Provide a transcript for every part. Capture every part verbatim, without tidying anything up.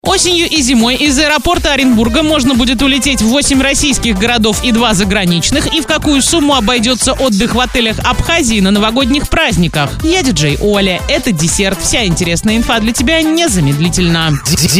Осенью и зимой из аэропорта Оренбурга можно будет улететь в восемь российских городов и два заграничных. И в какую сумму обойдется отдых в отелях Абхазии на новогодних праздниках? Я диджей Оля. Это десерт. Вся интересная инфа для тебя незамедлительно.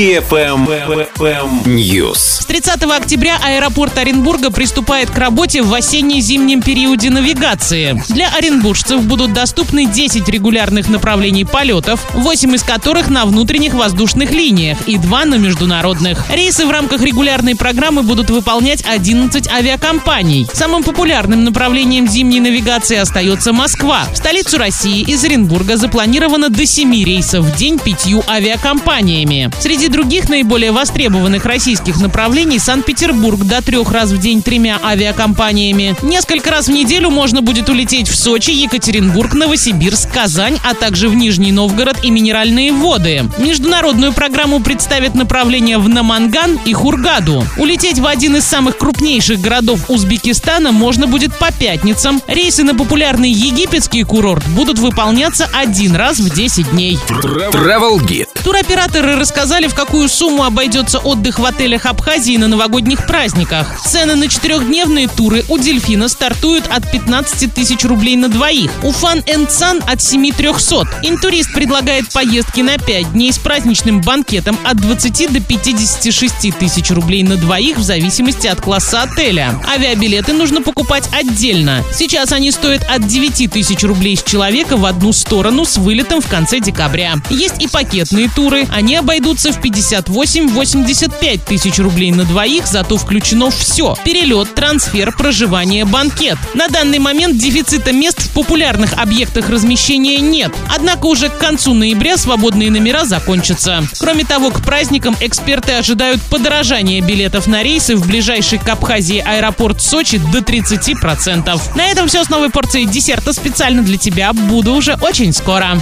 News. С тридцатого октября аэропорт Оренбурга приступает к работе в осенне-зимнем периоде навигации. Для оренбуржцев будут доступны десять регулярных направлений полетов, восемь из которых на внутренних воздушных линиях и два на международных. Рейсы в рамках регулярной программы будут выполнять одиннадцать авиакомпаний. Самым популярным направлением зимней навигации остается Москва. В столицу России из Оренбурга запланировано до семи рейсов в день пятью авиакомпаниями. Среди других наиболее востребованных российских направлений Санкт-Петербург до трех раз в день тремя авиакомпаниями. Несколько раз в неделю можно будет улететь в Сочи, Екатеринбург, Новосибирск, Казань, а также в Нижний Новгород и Минеральные воды. Международную программу представят направления в Наманган и Хургаду. Улететь в один из самых крупнейших городов Узбекистана можно будет по пятницам. Рейсы на популярный египетский курорт будут выполняться один раз в десять дней. Travel Guide. Туроператоры рассказали, в какую сумму обойдется отдых в отелях Абхазии на новогодних праздниках. Цены на четырехдневные туры у «Дельфина» стартуют от пятнадцати тысяч рублей на двоих, у Fun and Sun от семи тысяч трехсот. Интурист предлагает поездки на пять дней с праздничным банкетом от двадцати до пятидесяти шести тысяч рублей на двоих в зависимости от класса отеля. Авиабилеты нужно покупать отдельно. Сейчас они стоят от девяти тысяч рублей с человека в одну сторону с вылетом в конце декабря. Есть и пакетные туры. Они обойдутся в пятьдесят восемь - восемьдесят пять тысяч рублей на двоих, зато включено все: перелет, трансфер, проживание, банкет. На данный момент дефицита мест в популярных объектах размещения нет. Однако уже к концу ноября свободные номера закончатся. Кроме того, к праздникам эксперты ожидают подорожания билетов на рейсы в ближайший к Абхазии аэропорт Сочи до тридцати процентов. На этом все с новой порцией десерта специально для тебя. Буду уже очень скоро.